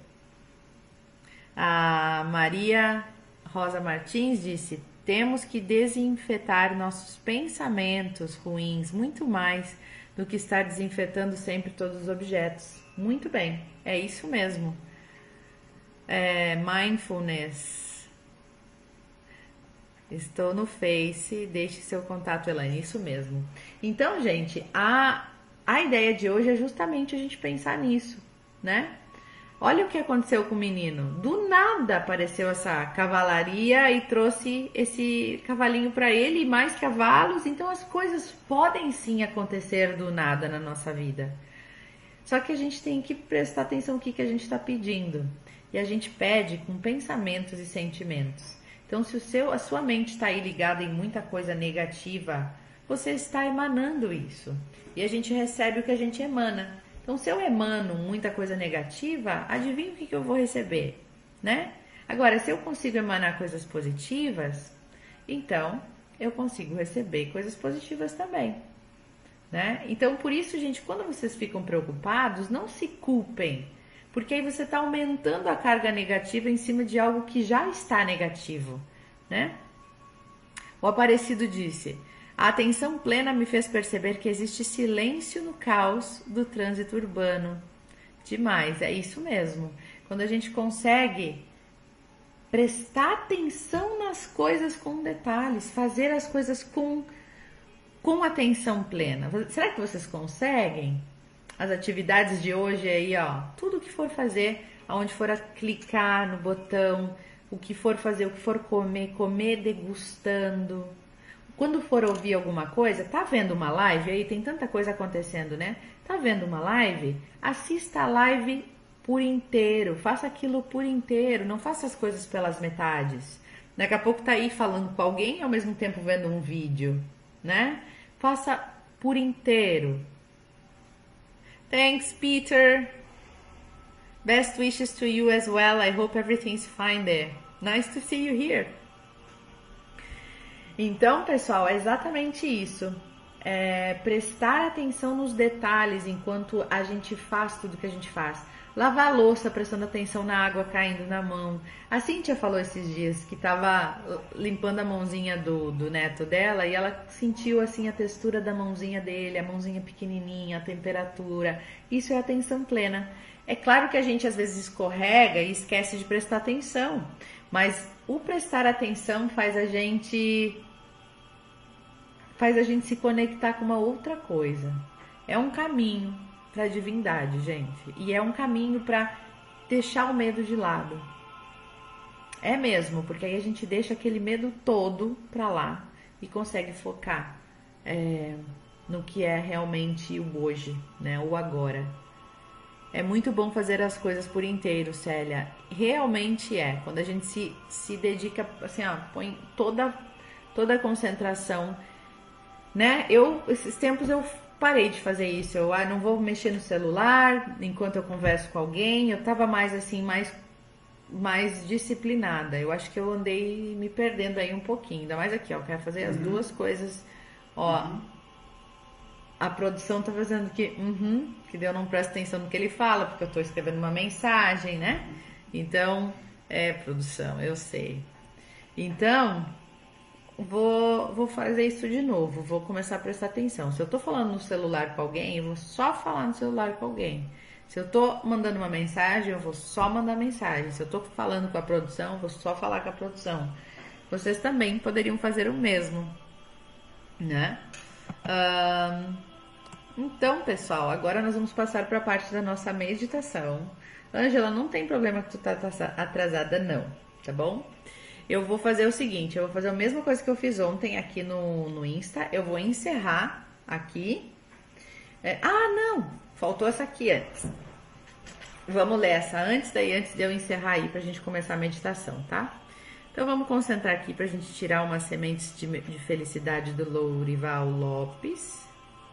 A Maria Rosa Martins disse, temos que desinfetar nossos pensamentos ruins, muito mais do que estar desinfetando sempre todos os objetos. Muito bem, é isso mesmo. Mindfulness. Estou no Face, deixe seu contato, Elaine, isso mesmo. Então, gente, a ideia de hoje é justamente a gente pensar nisso, né? Olha o que aconteceu com o menino. Do nada apareceu essa cavalaria e trouxe esse cavalinho para ele e mais cavalos. Então as coisas podem sim acontecer do nada na nossa vida. Só que a gente tem que prestar atenção no que a gente está pedindo. E a gente pede com pensamentos e sentimentos. Então se a sua mente está aí ligada em muita coisa negativa, você está emanando isso. E a gente recebe o que a gente emana. Então, se eu emano muita coisa negativa, adivinha o que eu vou receber, né? Agora, se eu consigo emanar coisas positivas, então eu consigo receber coisas positivas também, né? Então, por isso, gente, quando vocês ficam preocupados, não se culpem, porque aí você está aumentando a carga negativa em cima de algo que já está negativo, né? O Aparecido disse... A atenção plena me fez perceber que existe silêncio no caos do trânsito urbano. Demais, é isso mesmo. Quando a gente consegue prestar atenção nas coisas com detalhes, fazer as coisas com atenção plena. Será que vocês conseguem? As atividades de hoje aí, ó, tudo que for fazer, aonde for clicar no botão, o que for fazer, o que for comer degustando. Quando for ouvir alguma coisa, tá vendo uma live aí? Tem tanta coisa acontecendo, né? Tá vendo uma live? Assista a live por inteiro. Faça aquilo por inteiro. Não faça as coisas pelas metades. Daqui a pouco tá aí falando com alguém e ao mesmo tempo vendo um vídeo, né? Faça por inteiro. Thanks, Peter. Best wishes to you as well. I hope everything's fine there. Nice to see you here. Então, pessoal, é exatamente isso. Prestar atenção nos detalhes enquanto a gente faz tudo que a gente faz. Lavar a louça, prestando atenção na água caindo na mão. A Cíntia falou esses dias que estava limpando a mãozinha do neto dela e ela sentiu assim a textura da mãozinha dele, a mãozinha pequenininha, a temperatura. Isso é atenção plena. É claro que a gente às vezes escorrega e esquece de prestar atenção, mas o prestar atenção faz a gente se conectar com uma outra coisa. É um caminho, para a divindade, gente. E é um caminho para deixar o medo de lado. É mesmo, porque aí a gente deixa aquele medo todo para lá e consegue focar no que é realmente o hoje, né? O agora. É muito bom fazer as coisas por inteiro, Célia. Realmente é. Quando a gente se dedica, assim, ó, põe toda a concentração, né? Esses tempos eu parei de fazer isso. Eu não vou mexer no celular enquanto eu converso com alguém. Eu tava mais assim, mais disciplinada. Eu acho que eu andei me perdendo aí um pouquinho. Ainda mais aqui, ó. Eu quero fazer as duas coisas. Ó, a produção tá fazendo que eu não presto atenção no que ele fala, porque eu tô escrevendo uma mensagem, né? Então, produção, eu sei. Então, vou fazer isso de novo. Vou começar a prestar atenção. Se eu tô falando no celular com alguém, eu vou só falar no celular com alguém. Se eu tô mandando uma mensagem, eu vou só mandar mensagem. Se eu tô falando com a produção, eu vou só falar com a produção. Vocês também poderiam fazer o mesmo, né? Então, pessoal, agora nós vamos passar para a parte da nossa meditação. Ângela, não tem problema que tu tá atrasada, não, tá bom? Eu vou fazer o seguinte, eu vou fazer a mesma coisa que eu fiz ontem aqui no Insta. Eu vou encerrar aqui. Não! Faltou essa aqui antes. Vamos ler essa antes de eu encerrar aí pra gente começar a meditação, tá? Então vamos concentrar aqui pra gente tirar umas sementes de felicidade do Lourival Lopes.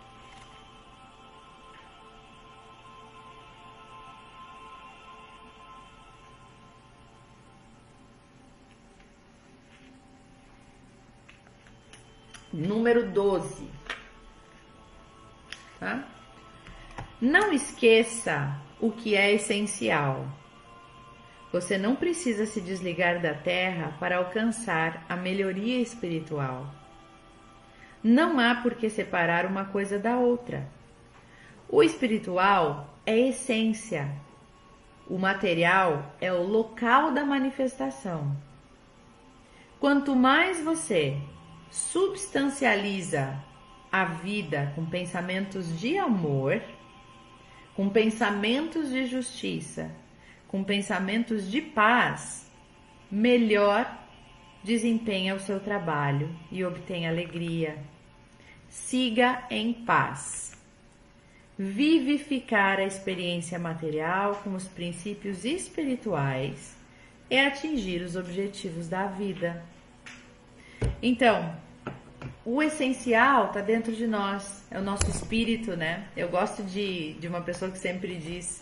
Número 12. Tá? Não esqueça o que é essencial. Você não precisa se desligar da Terra para alcançar a melhoria espiritual. Não há por que separar uma coisa da outra. O espiritual é essência. O material é o local da manifestação. Quanto mais você substancializa a vida com pensamentos de amor, com pensamentos de justiça, com pensamentos de paz, melhor desempenha o seu trabalho e obtém alegria. Siga em paz. Vivificar a experiência material com os princípios espirituais é atingir os objetivos da vida. Então, o essencial está dentro de nós, é o nosso espírito, né? Eu gosto de uma pessoa que sempre diz,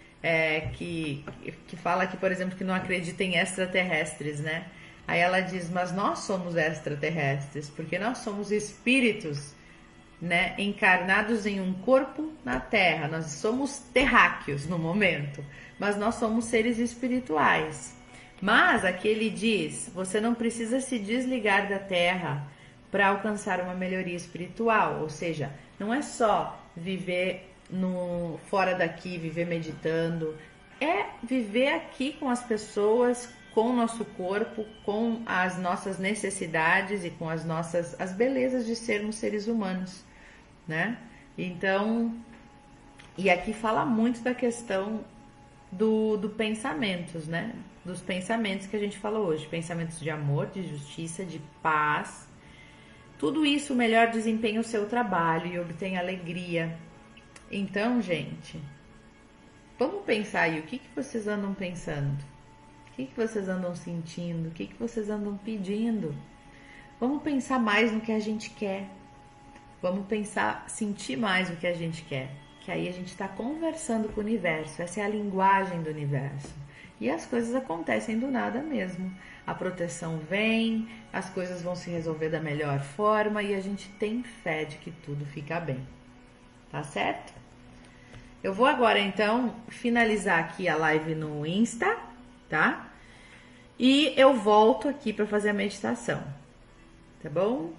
que fala que, por exemplo, que não acredita em extraterrestres, né? Aí ela diz, mas nós somos extraterrestres, porque nós somos espíritos, né, encarnados em um corpo na Terra. Nós somos terráqueos no momento, mas nós somos seres espirituais. Mas aqui ele diz, você não precisa se desligar da Terra para alcançar uma melhoria espiritual, ou seja, não é só viver fora daqui, viver meditando, é viver aqui com as pessoas, com o nosso corpo, com as nossas necessidades e com as belezas de sermos seres humanos, né? Então, e aqui fala muito da questão do pensamentos, né? Dos pensamentos que a gente falou hoje, pensamentos de amor, de justiça, de paz. Tudo isso melhor desempenha o seu trabalho e obtém alegria. Então, gente, vamos pensar aí, o que vocês andam pensando? O que vocês andam sentindo? O que vocês andam pedindo? Vamos pensar mais no que a gente quer. Vamos sentir mais o que a gente quer. Que aí a gente está conversando com o universo. Essa é a linguagem do universo. E as coisas acontecem do nada mesmo. A proteção vem, as coisas vão se resolver da melhor forma e a gente tem fé de que tudo fica bem. Tá certo? Eu vou agora, então, finalizar aqui a live no Insta, tá? E eu volto aqui para fazer a meditação, tá bom?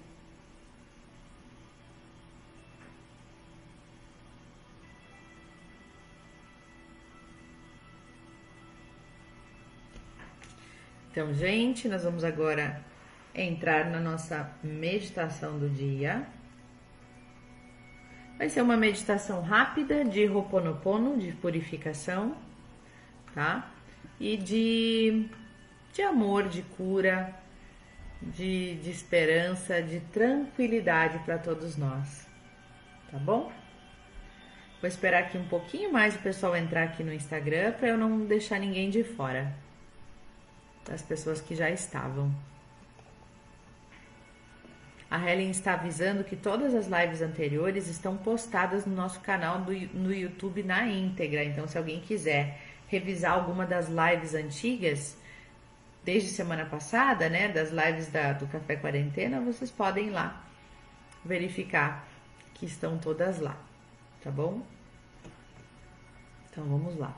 Então, gente, nós vamos agora entrar na nossa meditação do dia. Vai ser uma meditação rápida de Ho'oponopono, de purificação, tá? E de amor, de cura, de esperança, de tranquilidade para todos nós, tá bom? Vou esperar aqui um pouquinho mais o pessoal entrar aqui no Instagram para eu não deixar ninguém de fora, das pessoas que já estavam. A Helen está avisando que todas as lives anteriores estão postadas no nosso canal no YouTube na íntegra. Então, se alguém quiser revisar alguma das lives antigas, desde semana passada, né, das lives do Café Quarentena, vocês podem ir lá verificar que estão todas lá, tá bom? Então, vamos lá.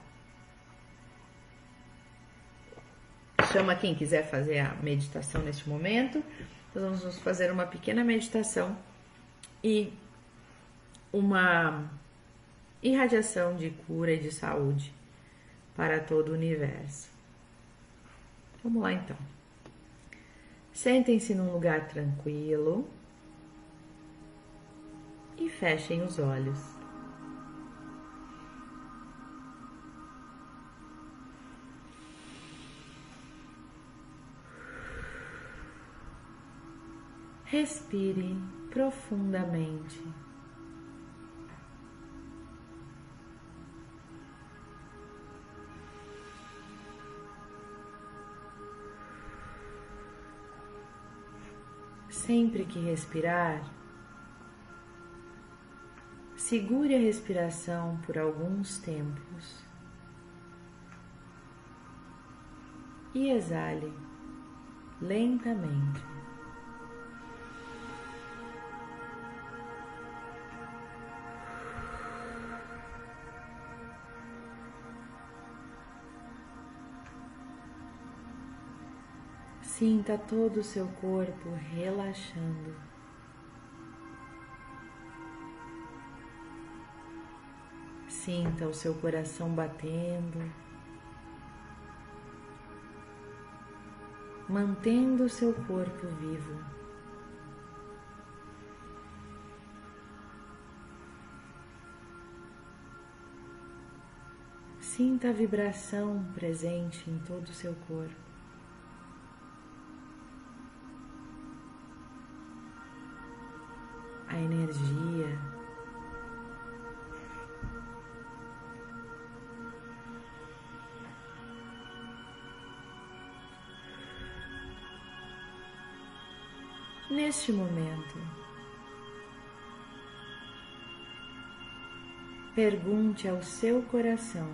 Chama quem quiser fazer a meditação neste momento. Nós vamos fazer uma pequena meditação e uma irradiação de cura e de saúde para todo o universo. Vamos lá então. Sentem-se num lugar tranquilo e fechem os olhos. Respire profundamente. Sempre que respirar, segure a respiração por alguns tempos e exale lentamente. Sinta todo o seu corpo relaxando. Sinta o seu coração batendo, mantendo o seu corpo vivo. Sinta a vibração presente em todo o seu corpo. A energia, neste momento, pergunte ao seu coração: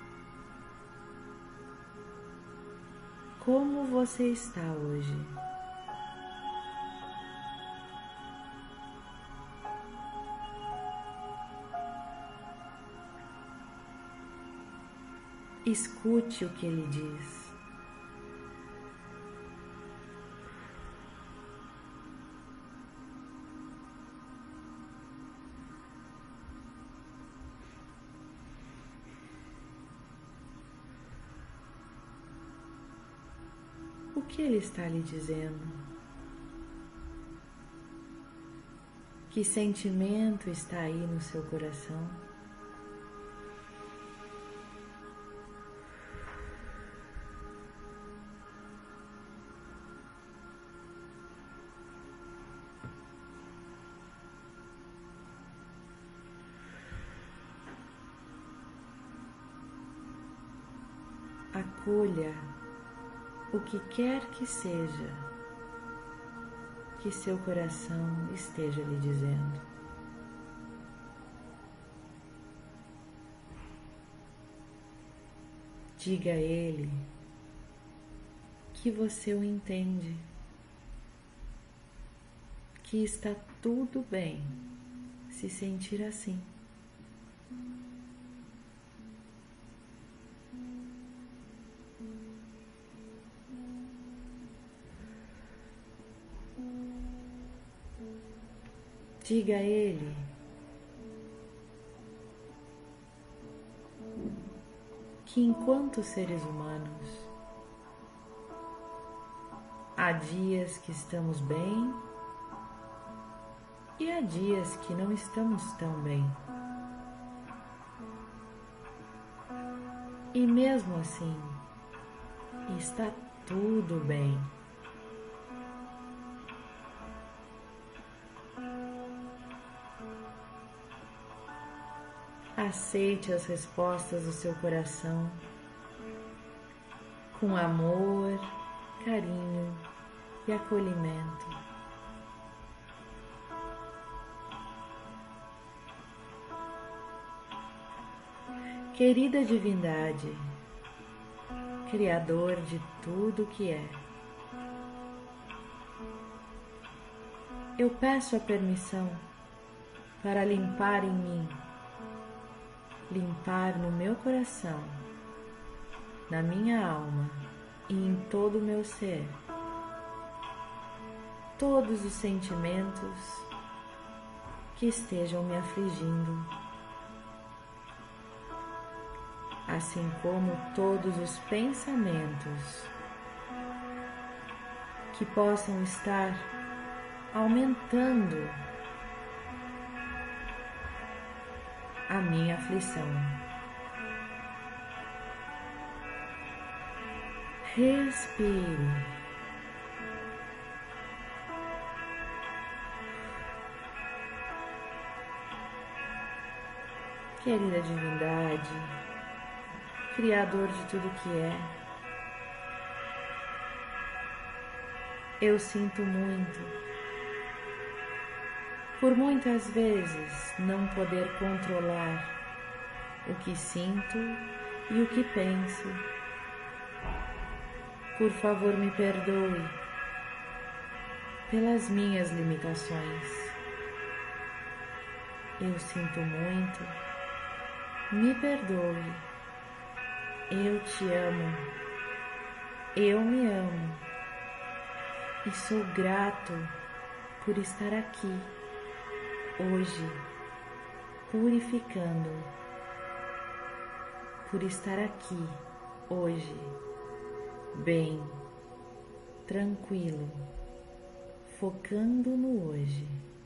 como você está hoje? Escute o que ele diz. O que ele está lhe dizendo? Que sentimento está aí no seu coração? Acolha o que quer que seja que seu coração esteja lhe dizendo. Diga a ele que você o entende, que está tudo bem se sentir assim. Diga a ele que enquanto seres humanos há dias que estamos bem E há dias que não estamos tão bem. E mesmo assim, está tudo bem. Aceite as respostas do seu coração com amor, carinho e acolhimento. Querida divindade, Criador de tudo que é, eu peço a permissão para limpar em mim, limpar no meu coração, na minha alma e em todo o meu ser, todos os sentimentos que estejam me afligindo, assim como todos os pensamentos que possam estar aumentando a minha aflição. Respire. Querida divindade, Criador de tudo que é, eu sinto muito por muitas vezes não poder controlar o que sinto e o que penso. Por favor, me perdoe pelas minhas limitações. Eu sinto muito, me perdoe. Eu te amo, eu me amo e sou grato por estar aqui hoje, purificando, por estar aqui hoje, bem, tranquilo, focando no hoje.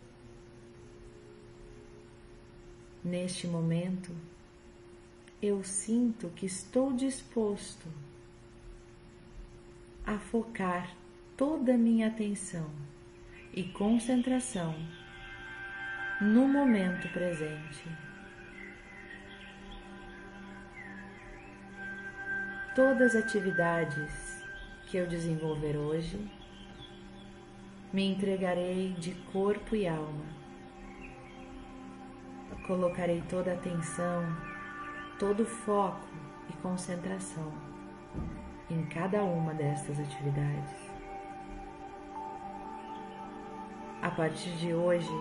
Neste momento, eu sinto que estou disposto a focar toda a minha atenção e concentração no momento presente. Todas as atividades que eu desenvolver hoje, me entregarei de corpo e alma. Colocarei toda a atenção, todo o foco e concentração em cada uma destas atividades. A partir de hoje,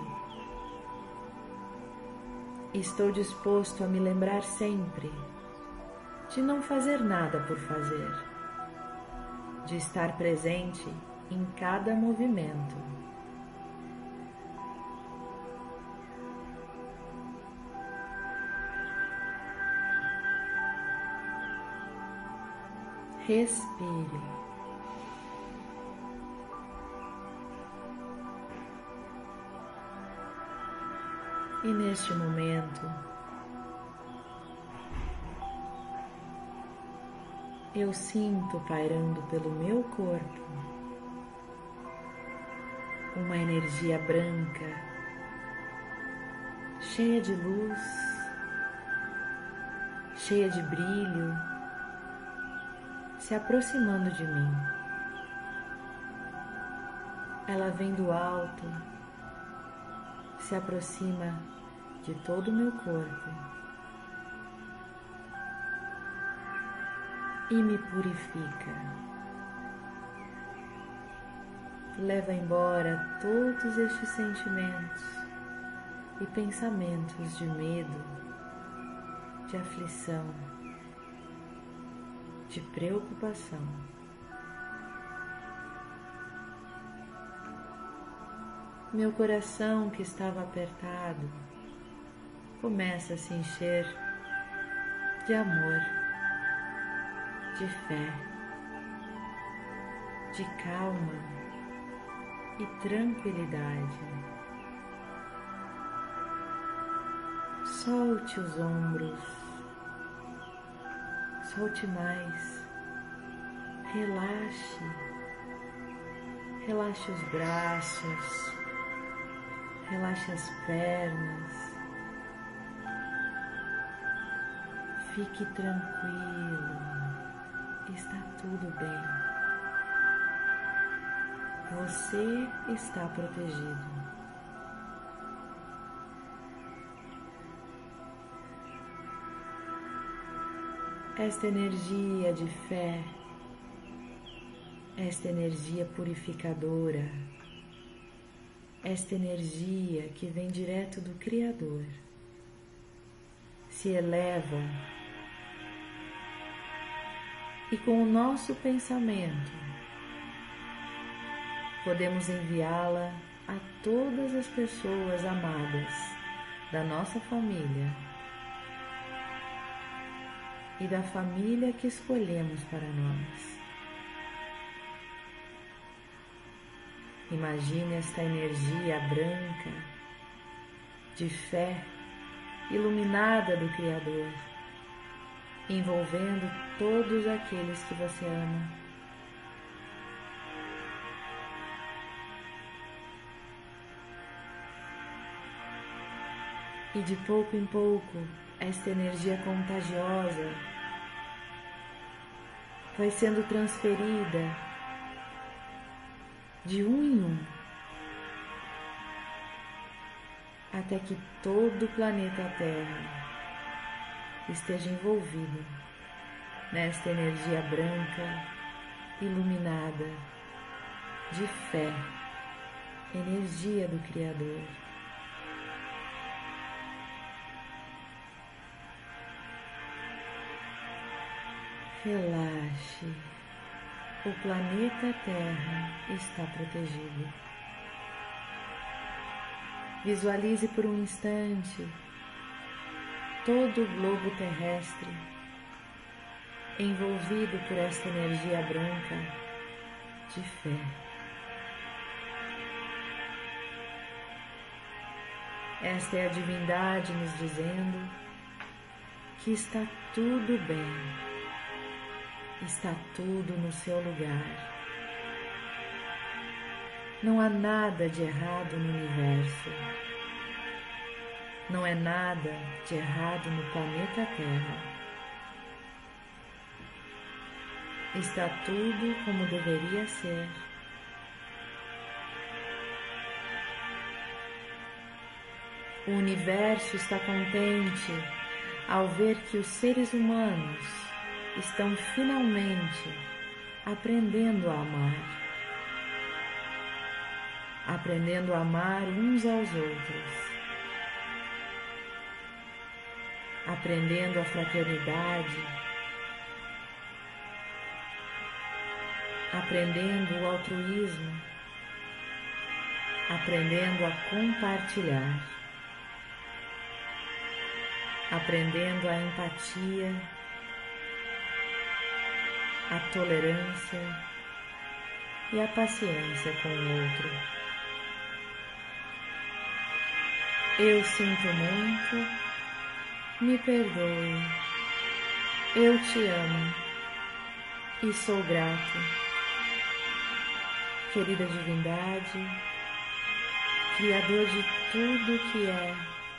estou disposto a me lembrar sempre de não fazer nada por fazer, de estar presente em cada movimento. Respire. E neste momento, eu sinto pairando pelo meu corpo uma energia branca, cheia de luz, cheia de brilho, se aproximando de mim. Ela vem do alto, se aproxima de todo o meu corpo e me purifica. Leva embora todos estes sentimentos e pensamentos de medo, de aflição, de preocupação. Meu coração, que estava apertado, começa a se encher de amor, de fé, de calma e tranquilidade. Solte os ombros, solte mais, relaxe, relaxe os braços, relaxe as pernas, fique tranquilo, está tudo bem, você está protegido. Esta energia de fé, esta energia purificadora, esta energia que vem direto do Criador, se eleva e com o nosso pensamento podemos enviá-la a todas as pessoas amadas da nossa família e da família que escolhemos para nós. Imagine esta energia branca de fé iluminada do Criador, envolvendo todos aqueles que você ama. E de pouco em pouco, esta energia contagiosa vai sendo transferida de um em um, até que todo o planeta Terra esteja envolvido nesta energia branca, iluminada, de fé, energia do Criador. Relaxe, o planeta Terra está protegido. Visualize por um instante todo o globo terrestre envolvido por esta energia branca de fé. Esta é a divindade nos dizendo que está tudo bem. Está tudo no seu lugar. Não há nada de errado no universo. Não é nada de errado no planeta Terra. Está tudo como deveria ser. O universo está contente ao ver que os seres humanos estão finalmente aprendendo a amar uns aos outros, aprendendo a fraternidade, aprendendo o altruísmo, aprendendo a compartilhar, aprendendo a empatia, a tolerância e a paciência com o outro. Eu sinto muito, me perdoe, eu te amo e sou grato. Querida divindade, Criador de tudo que é,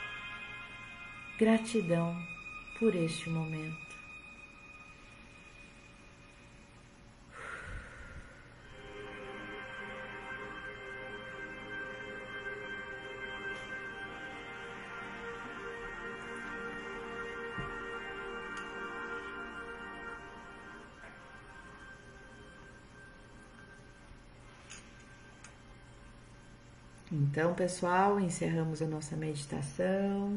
gratidão por este momento. Então, pessoal, encerramos a nossa meditação.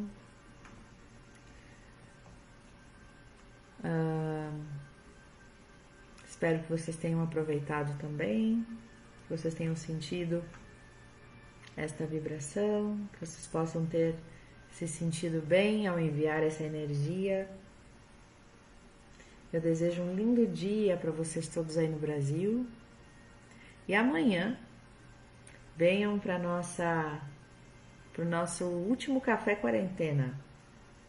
Espero que vocês tenham aproveitado também, que vocês tenham sentido esta vibração, que vocês possam ter se sentido bem ao enviar essa energia. Eu desejo um lindo dia para vocês todos aí no Brasil. E amanhã venham para o nosso último café quarentena.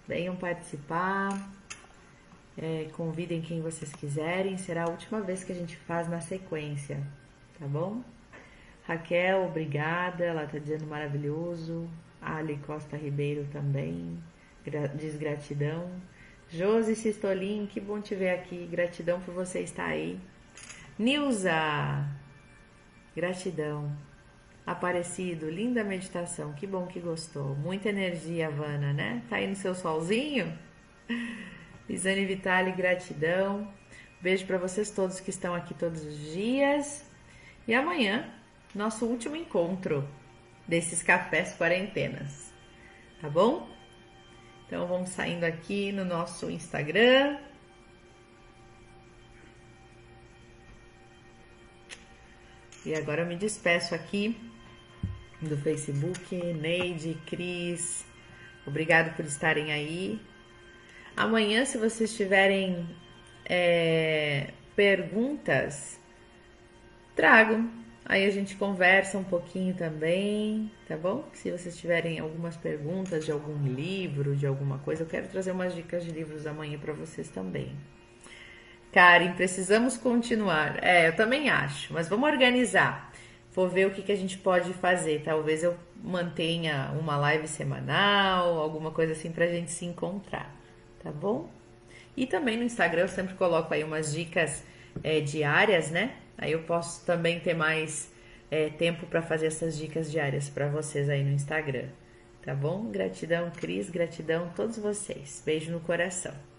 Venham participar. Convidem quem vocês quiserem. Será a última vez que a gente faz na sequência, tá bom? Raquel, obrigada. Ela tá dizendo maravilhoso. Ali Costa Ribeiro também. Diz gratidão. Josi Sistolin, que bom te ver aqui. Gratidão por você estar aí. Nilza, gratidão. Aparecido, linda meditação. Que bom que gostou. Muita energia, Vana, né? Tá aí no seu solzinho? Isane Vitali, gratidão. Beijo para vocês todos que estão aqui todos os dias. E amanhã, nosso último encontro desses cafés quarentenas. Tá bom? Então vamos saindo aqui no nosso Instagram. E agora eu me despeço aqui do Facebook. Neide, Cris, obrigado por estarem aí. Amanhã, se vocês tiverem perguntas, tragam. Aí a gente conversa um pouquinho também, tá bom? Se vocês tiverem algumas perguntas de algum livro, de alguma coisa, eu quero trazer umas dicas de livros amanhã para vocês também. Karen, precisamos continuar. Eu também acho, mas vamos organizar. Vou ver o que a gente pode fazer. Talvez eu mantenha uma live semanal, alguma coisa assim pra gente se encontrar, tá bom? E também no Instagram eu sempre coloco aí umas dicas diárias, né? Aí eu posso também ter mais tempo para fazer essas dicas diárias para vocês aí no Instagram, tá bom? Gratidão, Cris, gratidão a todos vocês. Beijo no coração.